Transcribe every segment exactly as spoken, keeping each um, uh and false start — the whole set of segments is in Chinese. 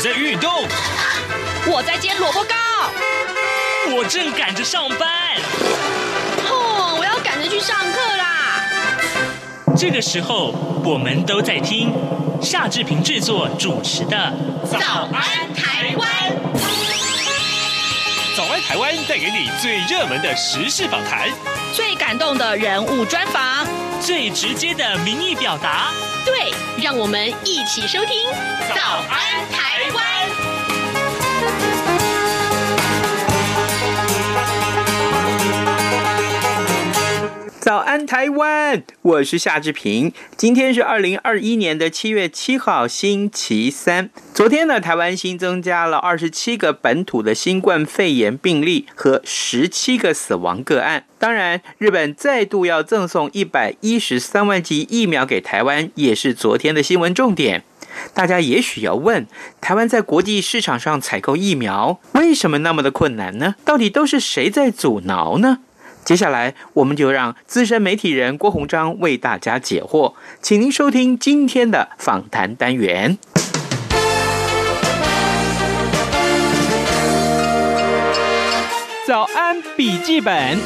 在运动， 我在煎萝卜糕， 我正赶着上班。 哦，我要赶着去上课啦。 这个时候，我们都在听夏志平制作主持的《 早安台湾》。 早安台湾带给你最热门的时事访谈， 最感动的人物专访， 最直接的民意表达。 对，让我们一起收听《早安台湾》。 早安台湾，我是夏志平。今天是二零二一年的七月七号，星期三。昨天呢，台湾新增加了二十七个本土的新冠肺炎病例和十七个死亡个案。当然，日本再度要赠送一百一十三万剂疫苗给台湾，也是昨天的新闻重点。大家也许要问，台湾在国际市场上采购疫苗，为什么那么的困难呢？到底都是谁在阻挠呢？接下来，我们就让资深媒体人郭鸿章为大家解惑，请您收听今天的访谈单元。早安笔记本，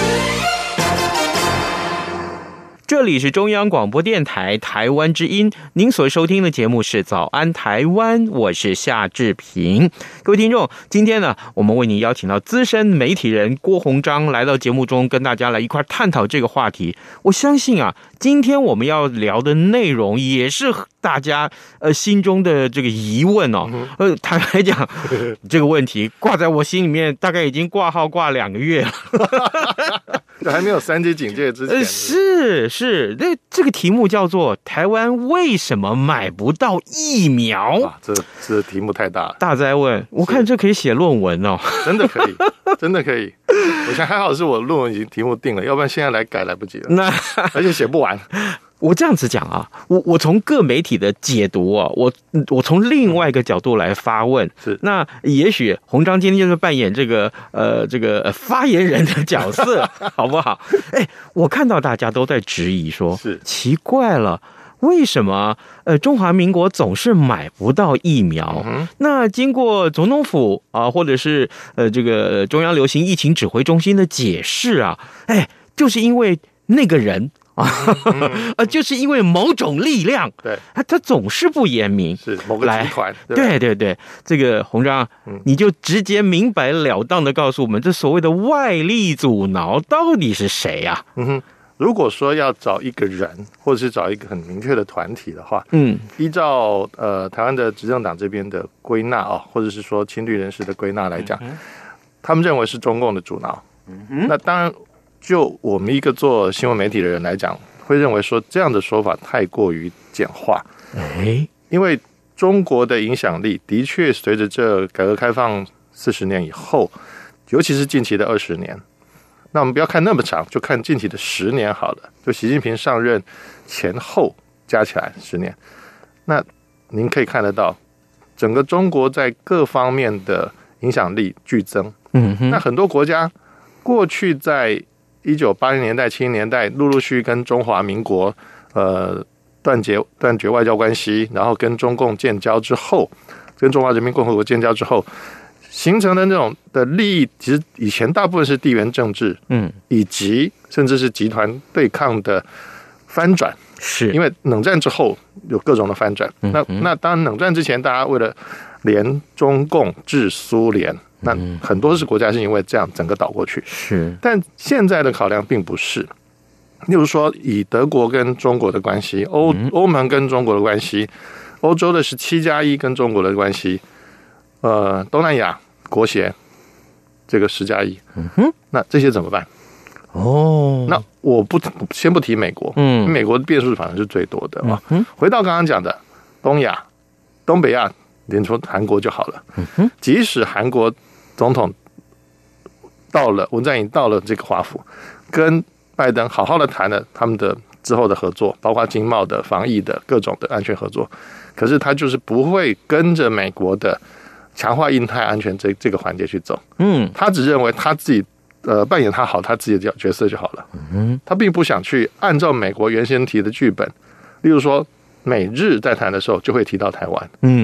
这里是中央广播电台台湾之音，您所收听的节目是早安台湾，我是夏志平。各位听众，今天呢，我们为您邀请到资深媒体人郭鸿章来到节目中，跟大家来一块探讨这个话题。我相信啊，今天我们要聊的内容也是大家呃心中的这个疑问哦。呃，坦白讲，这个问题挂在我心里面，大概已经挂号挂两个月了。 还没有三级警戒之前， 是是，那这个题目叫做“台湾为什么买不到疫苗” 啊，这这题目太大了， 大哉问，我看这可以写论文哦， 真的可以，真的可以。我想还好是我论文已经题目定了，要不然现在来改来不及了， 那而且写不完。 我这样子讲啊，我我从各媒体的解读啊，我我从另外一个角度来发问。 是， 那也许鸿章今天就是扮演这个呃这个发言人的角色，好不好？哎，我看到大家都在质疑说， 是奇怪了。为什么呃中华民国总是买不到疫苗？嗯、那经过总统府啊，或者是呃这个中央流行疫情指挥中心的解释啊，哎，就是因为那个人。 嗯、 啊，就是因为某种力量， 对， 他他总是不言明， 是某个集团， 对对对对，这个鸿章、嗯，你就直接明白了当的告诉我们，这所谓的外力阻挠到底是谁呀、啊？ 嗯哼，如果说要找一个人，或者是找一个很明确的团体的话， 嗯， 依照呃台湾的执政党这边的归纳啊、哦，或者是说亲绿人士的归纳来讲、嗯，他们认为是中共的阻挠。嗯、那当然。就我们一个做新闻媒体的人来讲，会认为说这样的说法太过于简化。 哎， 因为中国的影响力的确随着这改革开放四十年以后，尤其是近期的二十年，那我们不要看那么长，就看近期的十年好了。就习近平上任前后加起来十年，那您可以看得到，整个中国在各方面的影响力剧增。 嗯哼， 那很多国家过去在一九八零年代、七零年代，陆陆续续跟中华民国呃断绝断绝外交关系，然后跟中共建交之后，跟中华人民共和国建交之后，形成的那种的利益，其实以前大部分是地缘政治， 嗯， 以及甚至是集团对抗的翻转， 是因为冷战之后有各种的翻转。嗯、那那当然，冷战之前大家为了联中共制苏联。那很多是国家是因为这样整个倒过去， 是， 但现在的考量并不是。例如说，以德国跟中国的关系，欧欧盟跟中国的关系，欧洲的十七加一跟中国的关系，呃，东南亚国协这个十加一， 嗯哼， 那这些怎么办？ 哦， 那我不先不提美国， 嗯， 美国的变数反而是最多的啊、 嗯。 回到刚刚讲的东亚、东北亚，连说韩国就好了。 嗯哼， 即使韩国总统到了，文在寅到了这个华府，跟拜登好好的谈了他们的之后的合作，包括经贸的、防疫的各种的安全合作。可是他就是不会跟着美国的强化印太安全这这个环节去走。 嗯， 他只认为他自己呃扮演他好他自己的角色就好了。 嗯， 他并不想去按照美国原先提的剧本，例如说美日在谈的时候就会提到台湾。 嗯。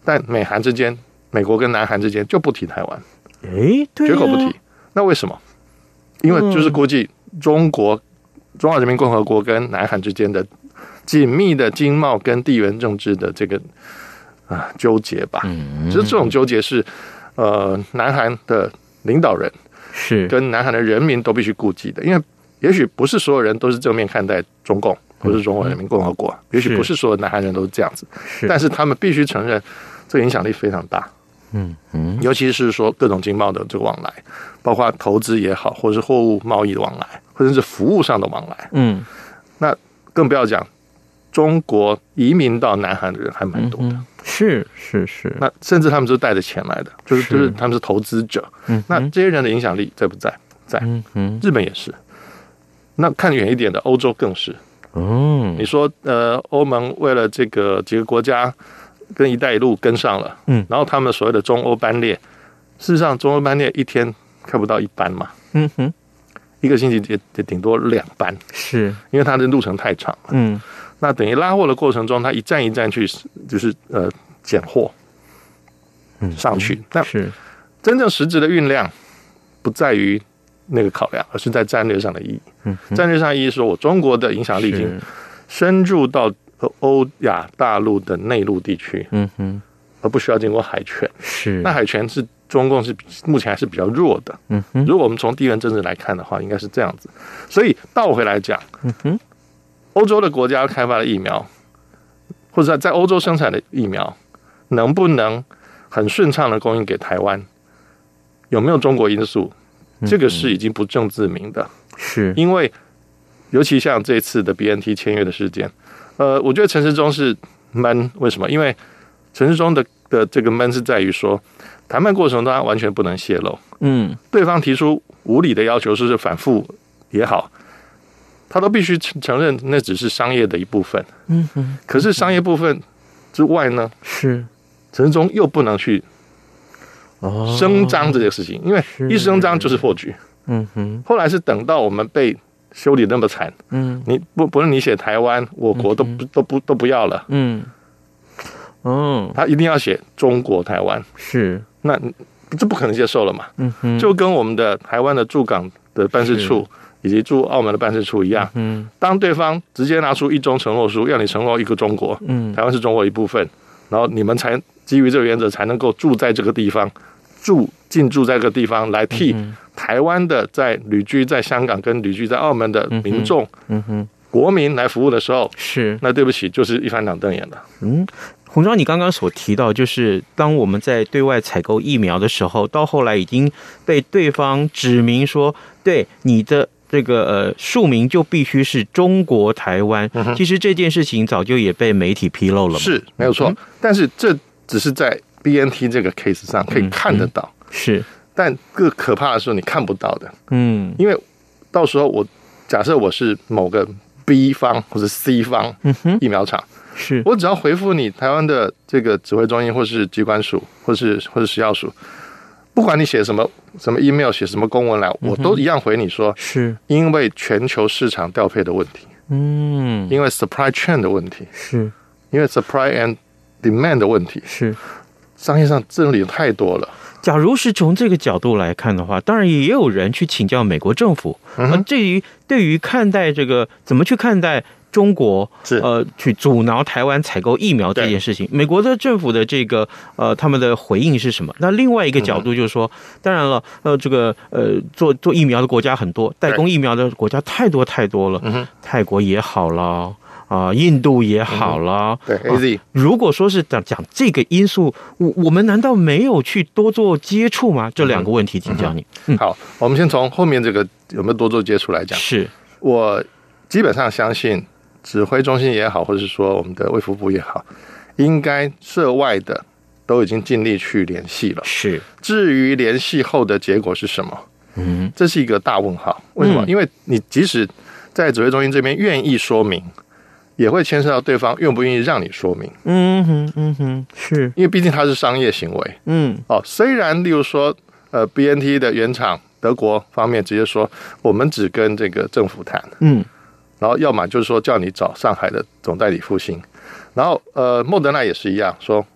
但美韩之间，美国跟南韩之间就不提台湾， 哎，对、啊， 绝口不提。那为什么？因为就是估计中国、嗯、中华人民共和国跟南韩之间的紧密的经贸跟地缘政治的这个啊纠结吧。嗯，其实这种纠结是呃南韩的领导人是跟南韩的人民都必须顾忌的，因为也许不是所有人都是正面看待中共或是中华人民共和国，嗯、也许不是所有南韩人都是这样子，是但是他们必须承认这个影响力非常大。 嗯嗯， 尤其是说各种经贸的这个往来，包括投资也好，或者是货物贸易的往来，或者是服务上的往来。嗯，那更不要讲中国移民到南韩的人还蛮多的。嗯、 是是是， 那甚至他们是带着钱来的，就是就是他们是投资者。嗯，那这些人的影响力在不在？在。嗯嗯，日本也是。那看远一点的，欧洲更是。哦，你说呃，欧盟为了这个几个国家跟一带一路跟上了，嗯，然后他们所谓的中欧班列，事实上中欧班列一天看不到一班嘛，嗯哼，一个星期也也顶多两班， 是因为它的路程太长了，嗯，那等于拉货的过程中，它一站一站去就是呃拣货，嗯，上去，那是真正实质的运量不在于那个考量，而是在战略上的意义。嗯，战略上的意义是说，我中国的影响力已经深入到欧亚大陆的内陆地区，嗯哼，而不需要经过海权。 是， 那海权是中共是目前还是比较弱的。嗯哼，如果我们从地缘政治来看的话，应该是这样子。所以倒回来讲，嗯哼，欧洲的国家开发的疫苗，或者在欧洲生产的疫苗，能不能很顺畅的供应给台湾？有没有中国因素？这个是已经不证自明的， 是因为尤其像这次的 B N T 签约的事件，呃，我觉得陈时中是闷，为什么？因为陈时中的的这个闷是在于说，谈判过程中他完全不能泄露，嗯，对方提出无理的要求，是反复也好，他都必须承认那只是商业的一部分，嗯哼，可是商业部分之外呢， 是陈时中又不能去。声张这件事情，因为一声张就是破局。嗯哼。后来是等到我们被修理那么惨，嗯，你不不论你写台湾，我国都不、嗯、都不都不要了，嗯，哦，他一定要写中国台湾， 是， 那这不可能接受了嘛。嗯哼。就跟我们的台湾的驻港的办事处以及驻澳门的办事处一样，嗯，当对方直接拿出一中承诺书，要你承诺一个中国，嗯，台湾是中国一部分，然后你们才基于这个原则才能够住在这个地方。住进驻在这个地方，来替台湾的在旅居在香港跟旅居在澳门的民众、嗯哼、国民来服务的时候， 是那对不起，就是一翻两瞪眼的。 嗯，洪章，你刚刚所提到，就是当我们在对外采购疫苗的时候，到后来已经被对方指明说，对你的这个呃庶民就必须是中国台湾。嗯、其实这件事情早就也被媒体披露了嘛， 是没有错、嗯。但是这只是在B N T 这个 case 上可以看得到，嗯嗯、 是， 但更可怕的是你看不到的， 嗯， 因为到时候我假设我是某个 B 方或者 C 方疫苗厂， 嗯、是我只要回复你台湾的这个指挥中心或是机关署或是或是食药署，不管你写什么什么 email 写什么公文来，嗯、我都一样回你说， 是因为全球市场调配的问题，嗯，因为 supply chain 的问题， 是因为 supply and demand 的问题， 是。 商业上真理太多了。 假如是从这个角度来看的话，当然也有人去请教美国政府，嗯、呃，对于对于看待这个怎么去看待中国， 是呃去阻挠台湾采购疫苗这件事情，美国的政府的这个呃他们的回应是什么？那另外一个角度就是说，嗯、当然了，呃，这个呃做做疫苗的国家很多，代工疫苗的国家太多太多了，嗯、泰国也好了。啊、呃，印度也好了， 嗯、对 ，A Z、啊。 如果说是讲讲这个因素，我我们难道没有去多做接触吗？这两个问题请教你。 嗯嗯、好，我们先从后面这个有没有多做接触来讲。 是我基本上相信，指挥中心也好，或者是说我们的卫福部也好，应该涉外的都已经尽力去联系了。 是， 至于联系后的结果是什么，嗯，这是一个大问号。为什么？嗯、因为你即使在指挥中心这边愿意说明。也会牵涉到对方愿不愿意让你说明， 嗯哼，嗯哼，是因为毕竟它是商业行为，嗯，哦，虽然例如说，呃 ，B N T 的原厂德国方面直接说，我们只跟这个政府谈，嗯，然后要么就是说叫你找上海的总代理复兴，然后呃，莫德纳也是一样说，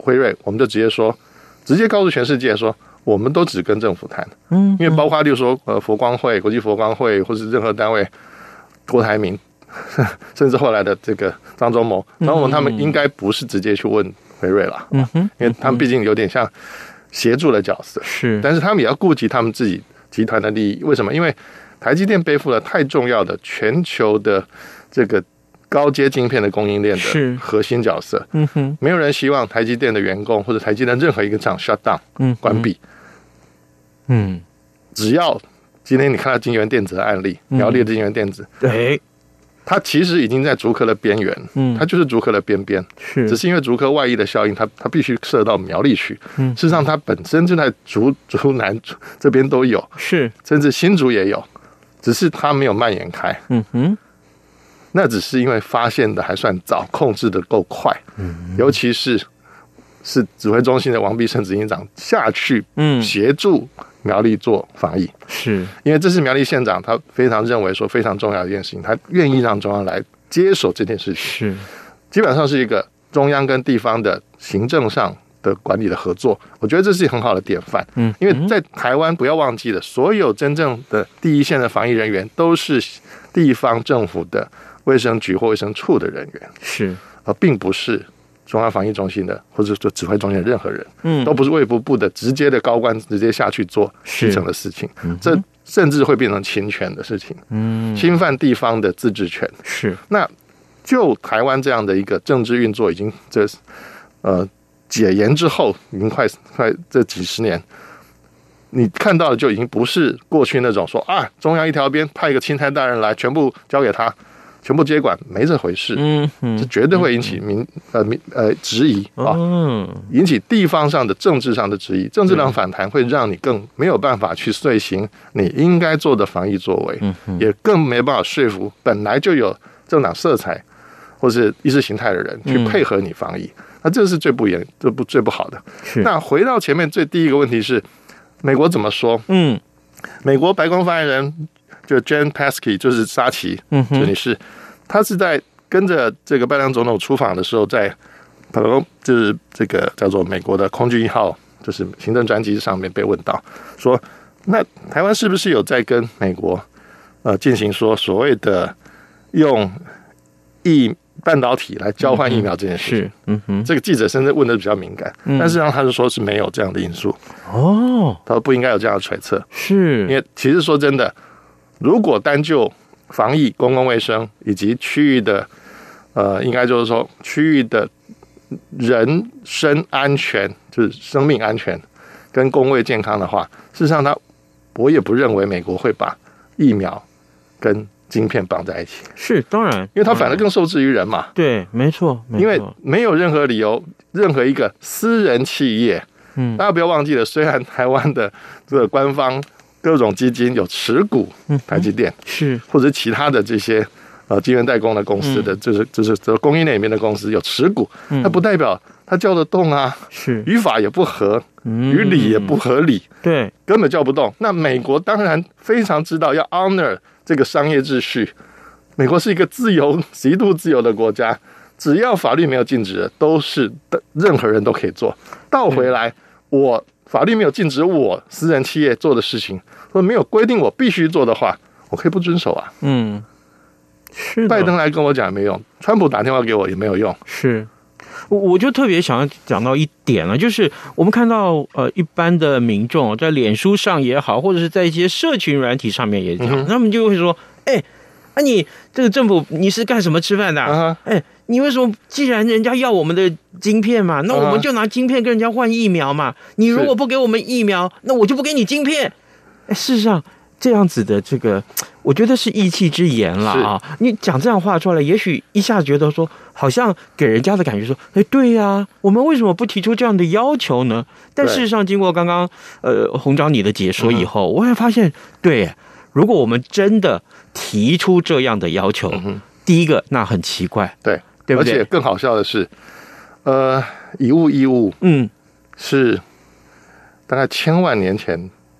辉瑞，我们就直接说，直接告诉全世界说，我们都只跟政府谈， 嗯， 因为包括例如说呃佛光会、国际佛光会，或是任何单位，郭台铭，甚至后来的这个张忠谋，张忠谋他们应该不是直接去问辉瑞了，嗯哼，因为他们毕竟有点像协助的角色， 是， 但是他们也要顾及他们自己集团的利益。为什么？因为台积电背负了太重要的全球的这个高阶晶片的供应链的核心角色。嗯哼，没有人希望台积电的员工或者台积电任何一个厂 shut down， 嗯，关闭。嗯，只要今天你看到晶圆电子的案例，苗栗的晶圆电子， 对， 它其实已经在竹科的边缘，嗯，它就是竹科的边边，是，只是因为竹科外溢的效应，它它必须射到苗栗去。嗯，事实上它本身就在竹竹南这边都有，是，甚至新竹也有，只是它没有蔓延开。嗯哼，那只是因为发现的还算早，控制的够快。嗯，尤其是是指挥中心的王必胜执行长下去，嗯，协助苗栗做防疫，是因为这是苗栗县长他非常认为说非常重要的一件事情，他愿意让中央来接手这件事情，是基本上是一个中央跟地方的行政上的管理的合作，我觉得这是很好的典范。嗯，因为在台湾不要忘记了，所有真正的第一线的防疫人员都是地方政府的卫生局或卫生处的人员，是而并不是中央防疫中心的或者说指挥中心的任何人，嗯，都不是卫福部的直接的高官直接下去做基层的事情，嗯，这甚至会变成侵权的事情，嗯，侵犯地方的自治权。是那就台湾这样的一个政治运作，已经这呃解严之后，已经快快这几十年，你看到的就已经不是过去那种说啊，中央一条边派一个钦差大人来，全部交给他。全部接管，没这回事，嗯，这绝对会引起民呃民呃质疑啊，嗯，引起地方上的政治上的质疑，政治上反弹会让你更没有办法去遂行你应该做的防疫作为，嗯，也更没办法说服本来就有政党色彩或是意识形态的人去配合你防疫，嗯，那这是最不严、最不最不好的。那回到前面最第一个问题是，美国怎么说？嗯，美国白宫发言人。就 Jen Psaki 就是沙奇，嗯，女士，她是在跟着这个拜登总统出访的时候，在就是这个叫做美国的空军一号，就是行政专机上面被问到说，那台湾是不是有在跟美国呃进行说所谓的用疫半导体来交换疫苗这件事情？嗯哼，这个记者甚至问的比较敏感，嗯，但是让他是说是没有这样的因素。哦，他说不应该有这样的揣测，是因为其实说真的。如果单就防疫、公共卫生以及区域的，呃，应该就是说区域的人身安全，就是生命安全跟公卫健康的话，事实上他，我也不认为美国会把疫苗跟晶片绑在一起。 是，当然， 因为他反而更受制于人嘛。 对，没错，没错， 因为没有任何理由，任何一个私人企业，嗯，大家不要忘记了，虽然台湾的这个官方。各种基金有持股台积电，嗯，是或者其他的这些呃晶圆代工的公司的，嗯，就是就是这供应链里面的公司有持股，嗯，它不代表它叫得动啊，是语法也不合，嗯，语理也不合理，对，根本叫不动。那美国当然非常知道要 honor 这个商业秩序，美国是一个自由、极度自由的国家，只要法律没有禁止的，都是任何人都可以做。倒回来，嗯，我。法律没有禁止我私人企业做的事情，或者没有规定我必须做的话，我可以不遵守啊。嗯，是的。拜登来跟我讲也没用，川普打电话给我也没有用。是， 我就特别想要讲到一点了，就是我们看到呃一般的民众在脸书上也好，或者是在一些社群软体上面也讲，嗯，他们就会说：“哎、欸，啊你这个政府你是干什么吃饭的、啊？哎、uh huh. 欸，你为什么既然人家要我们的晶片嘛，那我们就拿晶片跟人家换疫苗嘛。你如果不给我们疫苗，那我就不给你晶片。哎，事实上这样子的这个，我觉得是义气之言了啊。你讲这样话出来，也许一下觉得说，好像给人家的感觉说，哎，对呀、啊，我们为什么不提出这样的要求呢？但事实上，经过刚刚呃洪长你的解说以后，嗯、我也发现，对，如果我们真的提出这样的要求，嗯、第一个那很奇怪， 对。 对不对？ 而且更好笑的是，呃，以物易物，嗯，是大概千万年前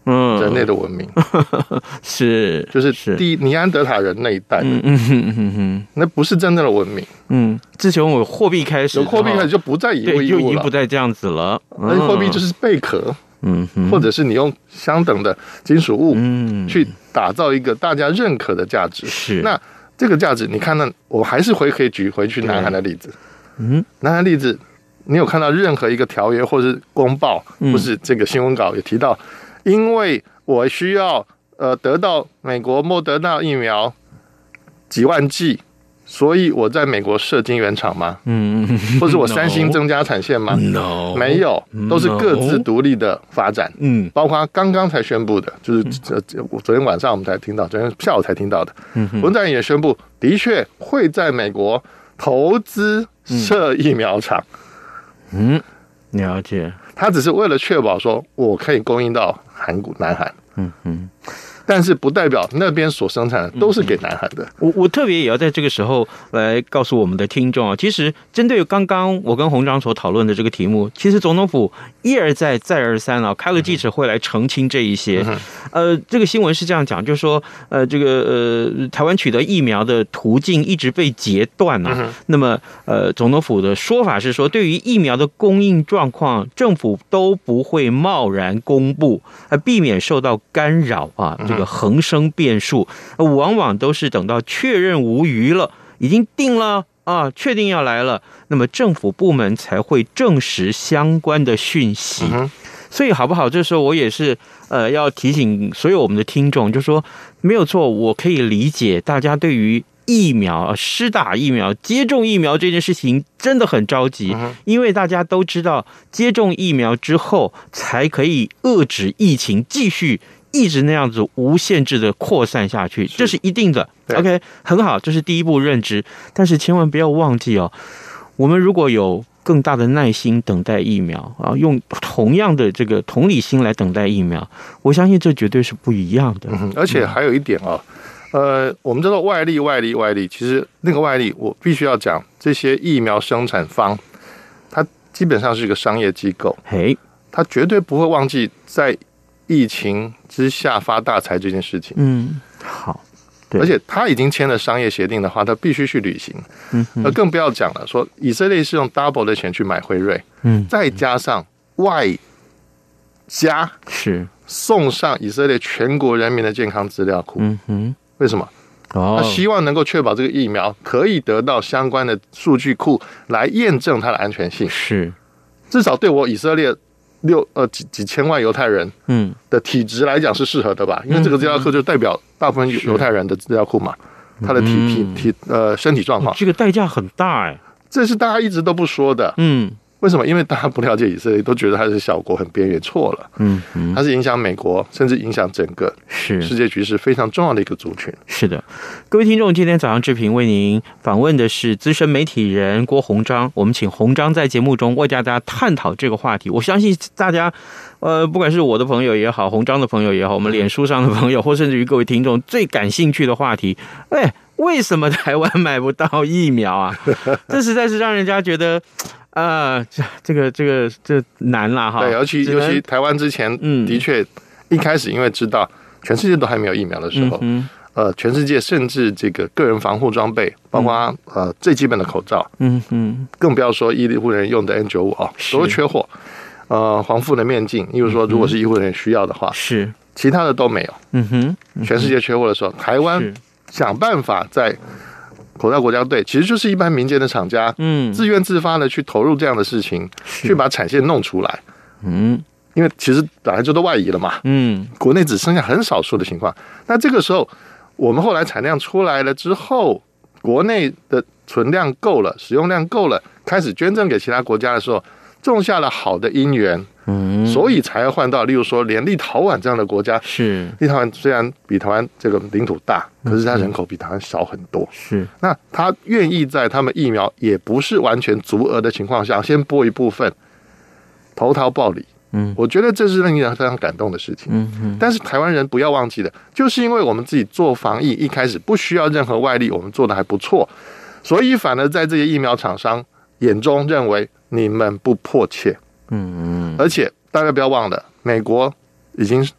嗯， 人类的文明， 是就是第尼安德塔人那一代的， 嗯嗯哼哼哼， 那不是真正的文明。 嗯，自从有货币开始， 有货币开始就不再以物易物了， 就已经不再这样子了。 那、嗯、货币就是贝壳， 嗯哼， 或者是你用相等的金属物， 嗯， 去打造一个大家认可的价值。 是， 那这个价值，你看那我还是回可以举回去南韩的例子。 嗯， 南韩例子，你有看到任何一个条约或是公报， 嗯、 或是这个新闻稿也提到，因为我需要呃得到美国莫德纳疫苗几万剂。所以我在美国设晶圆厂吗？嗯，或者我三星增加产线吗 ？No， 没有，都是各自独立的发展。嗯，包括刚刚才宣布的，就是呃，昨天晚上我们才听到，昨天下午才听到的。嗯，文在寅也宣布，的确会在美国投资设疫苗厂。 嗯，了解。 他只是为了确保说我可以供应到韩国、南韩。 嗯嗯。 但是不代表那边所生产的都是给南韩的。 我我特别也要在这个时候来告诉我们的听众啊，其实针对刚刚我跟洪章所讨论的这个题目，其实总统府一而再再而三啊开了记者会来澄清这一些。嗯、呃，这个新闻是这样讲，就是说呃这个呃台湾取得疫苗的途径一直被截断啊。嗯、那么呃总统府的说法是说，对于疫苗的供应状况，政府都不会贸然公布，呃避免受到干扰啊。嗯这个横生变数，往往都是等到确认无虞了，已经定了啊，确定要来了，那么政府部门才会证实相关的讯息。嗯、所以好不好？这时候我也是呃要提醒所有我们的听众，就说没有错，我可以理解大家对于疫苗、施打疫苗、接种疫苗这件事情真的很着急，嗯、因为大家都知道，接种疫苗之后才可以遏制疫情继续。一直那样子无限制的扩散下去，这是一定的。OK， 很好，这是第一步认知。但是千万不要忘记哦，我们如果有更大的耐心等待疫苗啊，用同样的这个同理心来等待疫苗，我相信这绝对是不一样的。 嗯、而且还有一点哦，呃，我们知道外力、外力、外力，其实那个外力，我必须要讲，这些疫苗生产方，它基本上是一个商业机构， 嘿， 它绝对不会忘记在疫情之下发大财这件事情。 嗯，好，对， 而且他已经签了商业协定的话，他必须去履行。嗯，而更不要讲了，说以色列是用 double 的钱去买辉瑞，嗯，再加上外加是送上以色列全国人民的健康资料库。嗯哼，为什么？哦，他希望能够确保这个疫苗可以得到相关的数据库来验证它的安全性。 是， 至少对我以色列。六呃几几千万犹太人嗯的体质来讲是适合的吧，因为这个资料库就代表大部分犹太人的资料库嘛，他的体体体呃身体状况， 这个代价很大哎， 这是大家一直都不说的，嗯，为什么？因为大家不了解以色列，都觉得它是小国很边缘，错了，嗯嗯，它是影响美国，甚至影响整个是世界局势非常重要的一个族群。 是的，各位听众，今天早上志平为您访问的是资深媒体人郭洪章，我们请洪章在节目中为大家探讨这个话题。我相信大家，呃，不管是我的朋友也好，洪章的朋友也好，我们脸书上的朋友，或甚至于各位听众最感兴趣的话题，哎，为什么台湾买不到疫苗啊？这实在是让人家觉得。啊，这这个这个这难啦哈！ 对，尤其尤其台湾之前，嗯，的确一开始因为知道全世界都还没有疫苗的时候，嗯、呃，全世界甚至这个个人防护装备，包括、嗯、呃最基本的口罩，嗯嗯，更不要说医护人员用的 N 九十五 啊，都缺货。呃，防护的面镜，例如说，如果是医护人员需要的话， 是其他的都没有。嗯哼，嗯全世界缺货的时候，台湾想办法在。口罩国家队其实就是一般民间的厂家，嗯，自愿自发的去投入这样的事情，去把产线弄出来，嗯，因为其实本来就都外移了嘛，嗯，国内只剩下很少数的情况。那这个时候，我们后来产量出来了之后，国内的存量够了，使用量够了，开始捐赠给其他国家的时候，种下了好的因缘。嗯，所以才会换到，例如说，连立陶宛这样的国家， 是立陶宛虽然比台湾这个领土大，可是它人口比台湾少很多。 是， 那他愿意在他们疫苗也不是完全足额的情况下，先拨一部分，投桃报李。嗯，我觉得这是让人非常感动的事情。嗯嗯。但是台湾人不要忘记的，就是因为我们自己做防疫一开始不需要任何外力，我们做的还不错，所以反而在这些疫苗厂商眼中认为你们不迫切。嗯，而且大家不要忘了，美国已经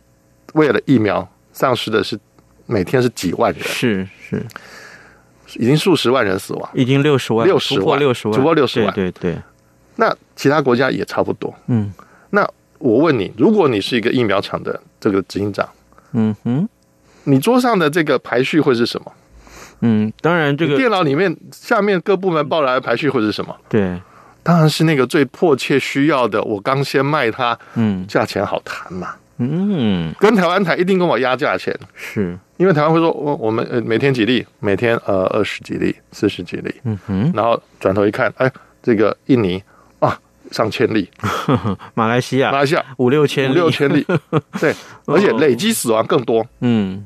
为了疫苗丧失的是每天是几万人， 是是， 已经数十万人死亡， 已经六十万， 六十万， 突破六十万， 突破六十万， 对对对。 那其他国家也差不多。 嗯， 那我问你，如果你是一个疫苗厂的这个执行长， 嗯哼， 你桌上的这个排序会是什么？ 嗯，当然这个电脑里面下面各部门报来的排序会是什么？ 对， 当然是那个最迫切需要的，我刚先卖它， 嗯， 价钱好谈嘛。 嗯， 跟台湾台一定跟我压价钱， 是因为台湾会说，我我们呃每天几例，每天呃二十几例、四十几例， 嗯哼， 然后转头一看，哎，这个印尼啊上千例， 马来西亚马来西亚五六千例， 五六千例，对，而且累积死亡更多。 嗯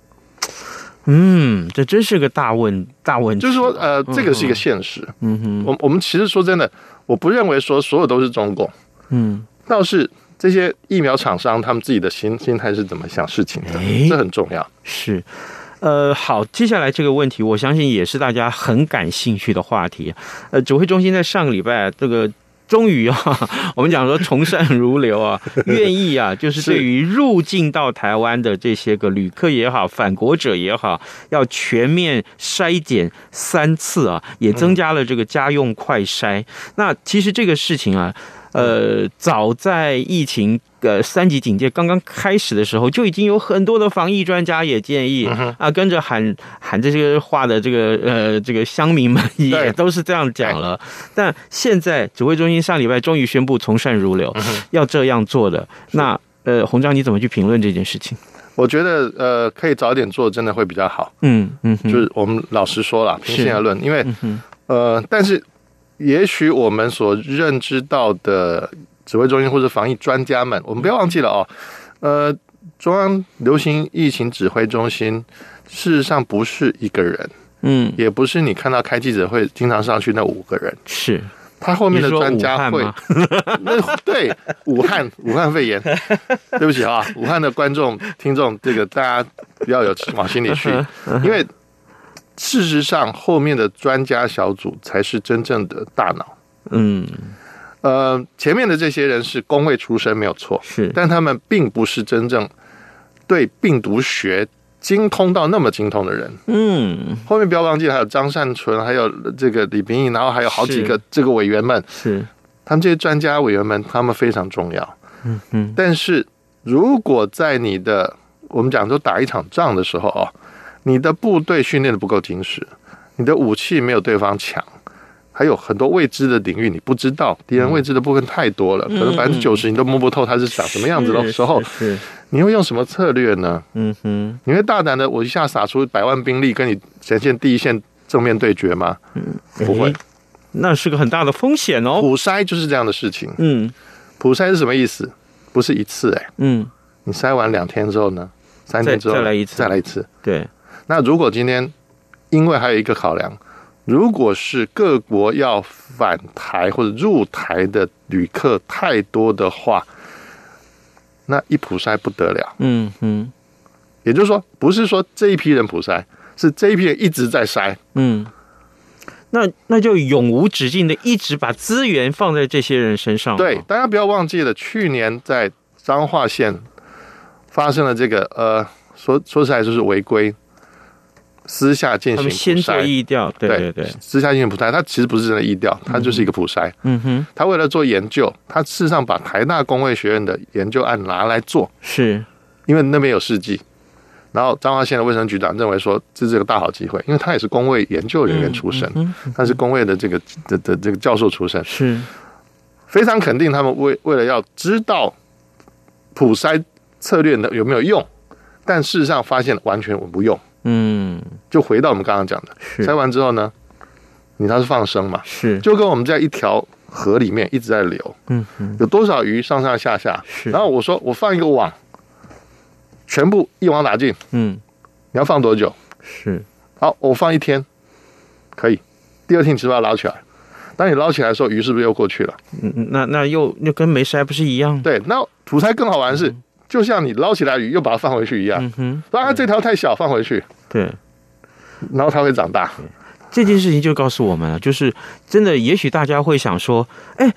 嗯，这真是个大问大问题。 就是说，呃，这个是一个现实。 嗯哼， 我我们其实说真的，我不认为说所有都是中共， 嗯， 倒是这些疫苗厂商他们自己的心心态是怎么想事情的， 哎这很重要。 是。呃，好，接下来这个问题，我相信也是大家很感兴趣的话题。呃，指挥中心在上个礼拜这个。终于啊，我们讲说从善如流啊，愿意啊，就是对于入境到台湾的这些个旅客也好，返国者也好，要全面筛检三次啊，也增加了这个家用快筛。嗯、那其实这个事情啊，呃，早在疫情呃三级警戒刚刚开始的时候，就已经有很多的防疫专家也建议、嗯、啊，跟着喊喊这些话的这个呃这个乡民们也都是这样讲了。但现在指挥中心上礼拜终于宣布从善如流，嗯、要这样做的。那呃，洪章你怎么去评论这件事情？ 我觉得呃，可以早点做，真的会比较好。 嗯嗯， 就是我们老实说了，平心而论，因为、嗯、呃，但是也许我们所认知到的指挥中心或者防疫专家们，我们不要忘记了哦，呃，中央流行疫情指挥中心事实上不是一个人，嗯，也不是你看到开记者会经常上去那五个人， 是他后面的专家会，那对武汉武汉肺炎，对不起啊，武汉的观众听众，这个大家不要有往心里去，因为事实上后面的专家小组才是真正的大脑，嗯。呃，前面的这些人是公卫出身没有错， 是， 但他们并不是真正对病毒学精通到那么精通的人。嗯，后面不要忘记还有张善存，还有这个李秉颖，然后还有好几个这个委员们， 是， 他们这些专家委员们，他们非常重要。 嗯嗯， 但是如果在你的我们讲说打一场仗的时候哦，你的部队训练的不够精实，你的武器没有对方强。还有很多未知的领域你不知道，敌人未知的部分太多了，嗯、可能百分之九十你都摸不透它是长什么样子的时候，你会用什么策略呢？嗯哼，你会大胆的我一下撒出百万兵力跟你呈现第一线正面对决吗？嗯，不会， 那是个很大的风险哦。 普筛就是这样的事情。 嗯， 普筛是什么意思？不是一次哎、欸， 嗯， 你筛完两天之后呢，三天之后再来一次， 再来一次。 对， 那如果今天因为还有一个考量。如果是各国要返台或者入台的旅客太多的话，那一普筛不得了。 嗯嗯， 也就是说，不是说这一批人普筛，是这一批人一直在筛。 嗯，那那就永无止境的一直把资源放在这些人身上。 对，大家不要忘记了，去年在彰化县发生了这个呃，说说实在就是违规。私下进行普筛，他们先做疫调，对对对， 私下进行普筛，它其实不是真的疫调，它就是一个普筛。 嗯哼， 他为了做研究，他事实上把台大公卫学院的研究案拿来做， 是因为那边有试剂。然后彰化县的卫生局长认为说这是个大好机会，因为他也是公卫研究人员出身，嗯嗯、他是公卫的这个的的这个教授出身， 是非常肯定他们为为了要知道普筛策略呢有没有用，但事实上发现完全不用。嗯，就回到我们刚刚讲的，筛完之后呢，你它是放生嘛， 是就跟我们在一条河里面一直在流，嗯嗯，有多少鱼上上下下， 是， 然后我说我放一个网，全部一网打尽，嗯，你要放多久？ 是， 好，我放一天，可以，第二天你是不是要捞起来？当你捞起来的时候，鱼是不是又过去了？ 嗯，那那又又跟没筛不是一样？ 对，那普筛更好玩的是。嗯就像你捞起来鱼又把它放回去一样，嗯哼，啊，这条太小放回去， 对， 然后它会长大。 这件事情就告诉我们了，就是真的，也许大家会想说，哎，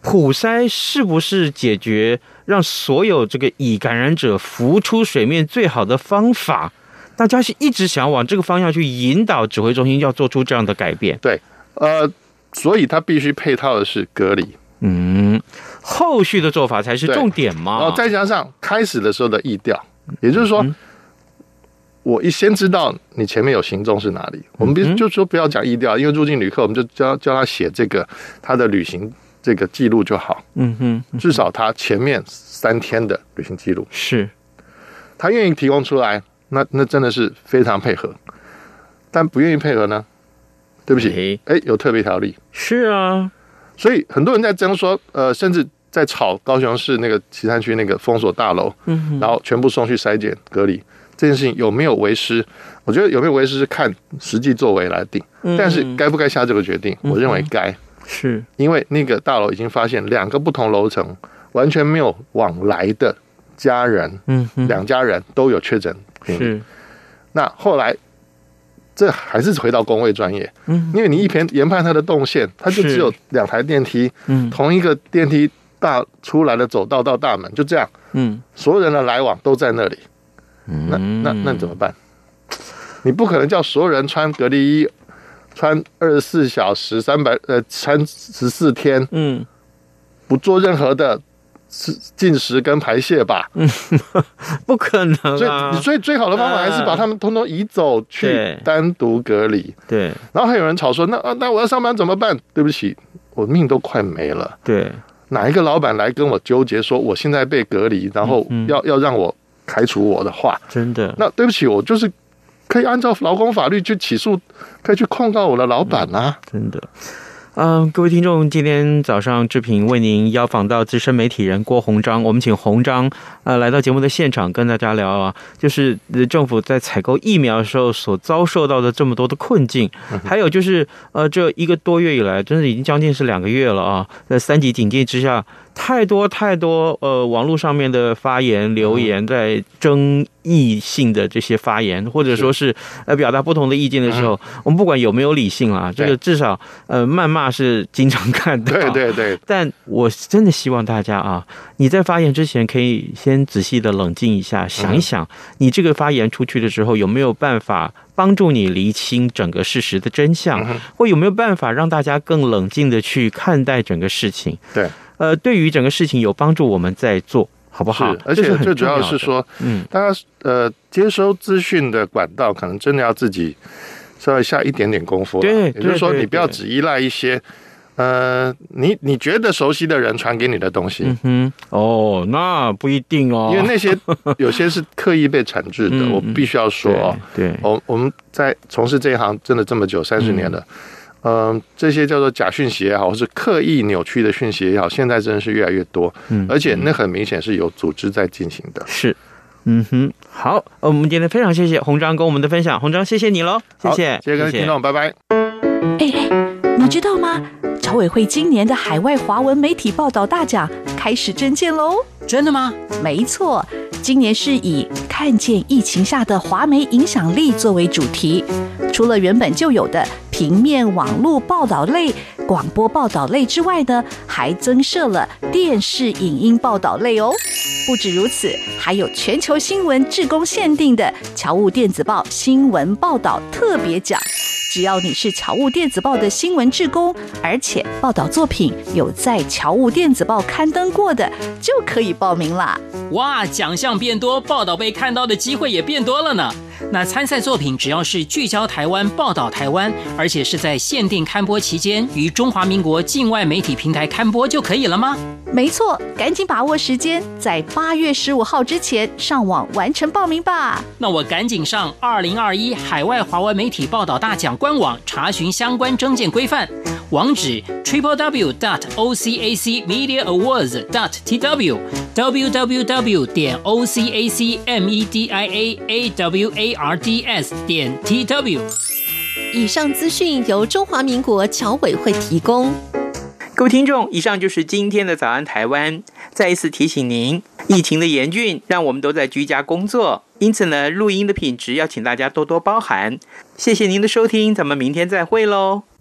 普筛是不是解决让所有这个乙感染者浮出水面最好的方法？大家是一直想往这个方向去引导指挥中心要做出这样的改变。 对，呃，所以它必须配套的是隔离。 嗯，后续的做法才是重点嘛。 然后再加上开始的时候的疫调，也就是说，嗯、我一先知道你前面有行踪是哪里，我们必就说不要讲疫调，因为入境旅客我们就教教他写这个他的旅行这个记录就好。嗯哼，嗯至少他前面三天的旅行记录是， 他愿意提供出来，那那真的是非常配合。但不愿意配合呢？对不起，哎，有特别条例。 是啊。 所以很多人在争说，呃，甚至在吵高雄市那个旗山区那个封锁大楼，嗯，然后全部送去筛检隔离，这件事情有没有为师？我觉得有没有为师是看实际作为来定，嗯、但是该不该下这个决定，嗯、我认为该， 是因为那个大楼已经发现两个不同楼层完全没有往来的家人，嗯，两家人都有确诊病例，是那后来。这还是回到公卫专业，嗯，因为你一研研判它的动线，它就只有两台电梯，嗯，同一个电梯大出来的走道到大门就这样，嗯，所有人的来往都在那里，嗯，那那那怎么办？你不可能叫所有人穿隔离衣，穿二十四小时三百呃穿十四天，嗯，不做任何的。进食跟排泄吧，嗯， 不可能啊！ 所以，所以最好的方法还是把他们通通移走去单独隔离。 对， 然后还有人吵说，那那我要上班怎么办？对不起，我命都快没了。 对， 哪一个老板来跟我纠结说我现在被隔离，然后要、嗯、要让我开除我的话， 真的， 那对不起，我就是可以按照劳工法律去起诉，可以去控告我的老板啊， 嗯、真的。嗯、呃，各位听众，今天早上志平为您邀访到资深媒体人郭鸿章，我们请鸿章呃来到节目的现场跟大家聊啊，就是政府在采购疫苗的时候所遭受到的这么多的困境，还有就是呃这一个多月以来，真的已经将近是两个月了啊，在三级警戒之下。太多太多呃，网络上面的发言留言，在争议性的这些发言，或者说是呃表达不同的意见的时候，我们不管有没有理性啊，这个至少呃谩骂是经常看到。 对对对。 但我真的希望大家啊，你在发言之前可以先仔细的冷静一下，想一想，你这个发言出去的时候有没有办法帮助你厘清整个事实的真相，或有没有办法让大家更冷静的去看待整个事情。 对。 呃，对于整个事情有帮助，我们再做，好不好？ 而且最主要是说，嗯，大家呃接收资讯的管道，可能真的要自己稍微下一点点功夫。 对， 也就是说，你不要只依赖一些呃，你你觉得熟悉的人传给你的东西。嗯哼，哦，那不一定哦， 因为那些有些是刻意被产制的，嗯、我必须要说哦。 对， 我、哦、我们在从事这一行真的这么久，三十年了。嗯嗯、呃，这些叫做假讯息也好，或是刻意扭曲的讯息也好，现在真的是越来越多，嗯，而且那很明显是有组织在进行的。 是，嗯哼，好，我们今天非常谢谢鸿章跟我们的分享，鸿章谢谢你喽，谢谢， 谢谢各位听众，拜拜。 哎哎，你知道吗？侨委会今年的海外华文媒体报道大奖开始征件喽！ 真的吗？ 没错，今年是以看见疫情下的华媒影响力作为主题，除了原本就有的平面网络报道类、广播报道类之外呢，还增设了电视影音报道类哦。不止如此，还有全球新闻志工限定的侨务电子报新闻报道特别奖。只要你是侨务电子报的新闻志工，而且报道作品有在侨务电子报刊登过的，就可以报名啦。 哇，奖项变多，报道被看到的机会也变多了呢。那参赛作品只要是聚焦台湾、报道台湾，而且是在限定刊播期间于中华民国境外媒体平台刊播就可以了吗？ 没错，赶紧把握时间，在八月十五号之前上网完成报名吧。 那我赶紧上二零二一海外华文媒体报道大奖官网查询相关征件规范，网址 triple w dot o c a c media awards dot t w w w w 点 o c a c media awards 点 t w。 以上资讯由中华民国侨委会提供。 各位听众，以上就是今天的早安台湾。再一次提醒您，疫情的严峻让我们都在居家工作，因此呢，录音的品质要请大家多多包涵。谢谢您的收听，咱们明天再会喽。